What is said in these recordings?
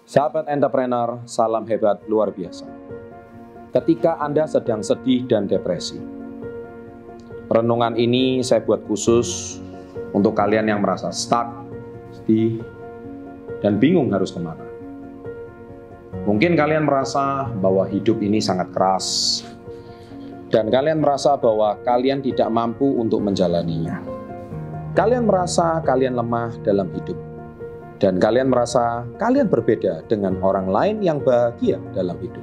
Sahabat entrepreneur, salam hebat luar biasa. Ketika Anda sedang sedih dan depresi, renungan ini saya buat khusus untuk kalian yang merasa stuck, sedih, dan bingung harus kemana. Mungkin kalian merasa bahwa hidup ini sangat keras, dan kalian merasa bahwa kalian tidak mampu untuk menjalaninya. Kalian merasa kalian lemah dalam hidup. Dan kalian merasa kalian berbeda dengan orang lain yang bahagia dalam hidup.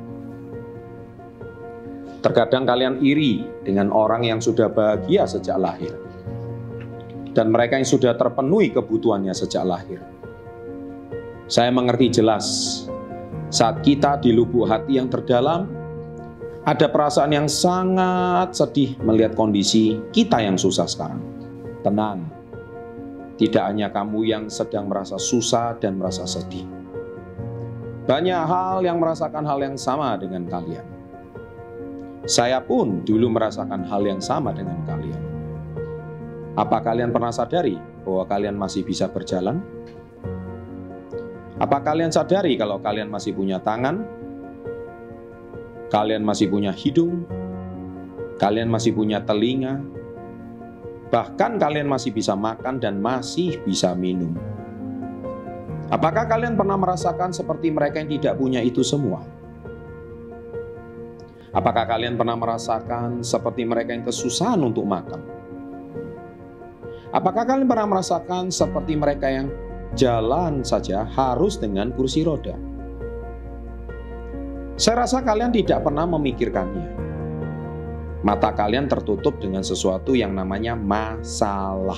Terkadang kalian iri dengan orang yang sudah bahagia sejak lahir. Dan mereka yang sudah terpenuhi kebutuhannya sejak lahir. Saya mengerti jelas, saat kita di lubuk hati yang terdalam, ada perasaan yang sangat sedih melihat kondisi kita yang susah sekarang. Tenang. Tidak hanya kamu yang sedang merasa susah dan merasa sedih. Banyak hal yang merasakan hal yang sama dengan kalian. Saya pun dulu merasakan hal yang sama dengan kalian. Apa kalian pernah sadari bahwa kalian masih bisa berjalan? Apa kalian sadari kalau kalian masih punya tangan? Kalian masih punya hidung? Kalian masih punya telinga? Bahkan kalian masih bisa makan dan masih bisa minum. Apakah kalian pernah merasakan seperti mereka yang tidak punya itu semua? Apakah kalian pernah merasakan seperti mereka yang kesusahan untuk makan? Apakah kalian pernah merasakan seperti mereka yang jalan saja harus dengan kursi roda? Saya rasa kalian tidak pernah memikirkannya. Mata kalian tertutup dengan sesuatu yang namanya masalah.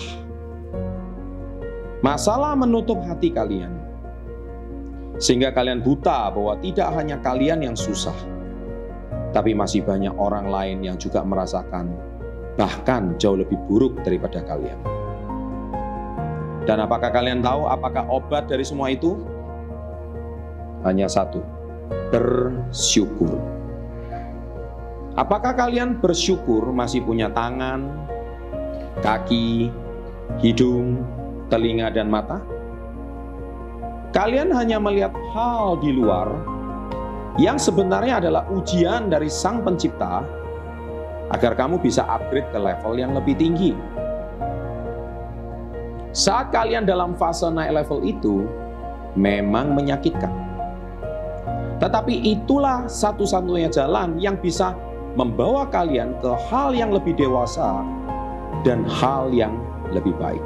Masalah menutup hati kalian. Sehingga kalian buta bahwa tidak hanya kalian yang susah, tapi masih banyak orang lain yang juga merasakan, bahkan jauh lebih buruk daripada kalian. Dan apakah kalian tahu apakah obat dari semua itu? Hanya satu, bersyukur. Apakah kalian bersyukur masih punya tangan, kaki, hidung, telinga, dan mata? Kalian hanya melihat hal di luar yang sebenarnya adalah ujian dari Sang Pencipta agar kamu bisa upgrade ke level yang lebih tinggi. Saat kalian dalam fase naik level itu, memang menyakitkan. Tetapi itulah satu-satunya jalan yang bisa membawa kalian ke hal yang lebih dewasa dan hal yang lebih baik.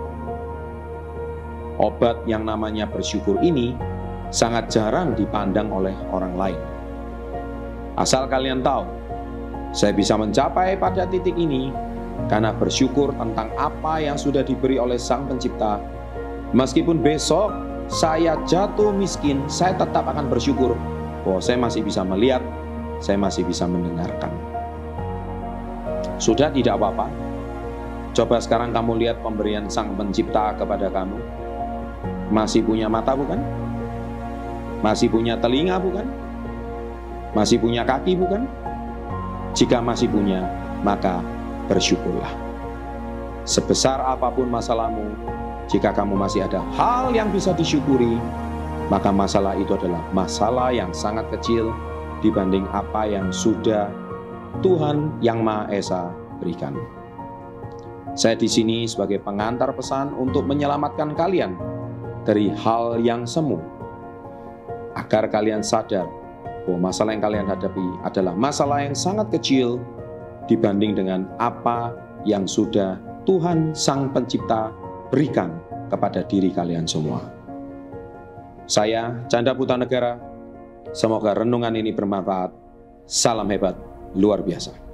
Obat yang namanya bersyukur ini sangat jarang dipandang oleh orang lain. Asal kalian tahu, saya bisa mencapai pada titik ini karena bersyukur tentang apa yang sudah diberi oleh Sang Pencipta. Meskipun besok saya jatuh miskin, saya tetap akan bersyukur bahwa saya masih bisa melihat, saya masih bisa mendengarkan. Sudah, tidak apa-apa. Coba sekarang kamu lihat pemberian Sang Pencipta kepada kamu. Masih punya mata bukan? Masih punya telinga bukan? Masih punya kaki bukan? Jika masih punya, maka bersyukurlah. Sebesar apapun masalahmu, jika kamu masih ada hal yang bisa disyukuri, maka masalah itu adalah masalah yang sangat kecil dibanding apa yang sudah Tuhan Yang Maha Esa berikan. Saya di sini sebagai pengantar pesan untuk menyelamatkan kalian dari hal yang semu, agar kalian sadar bahwa masalah yang kalian hadapi adalah masalah yang sangat kecil dibanding dengan apa yang sudah Tuhan Sang Pencipta berikan kepada diri kalian semua. Saya Canda Putra Negara. Semoga renungan ini bermanfaat. Salam hebat luar biasa.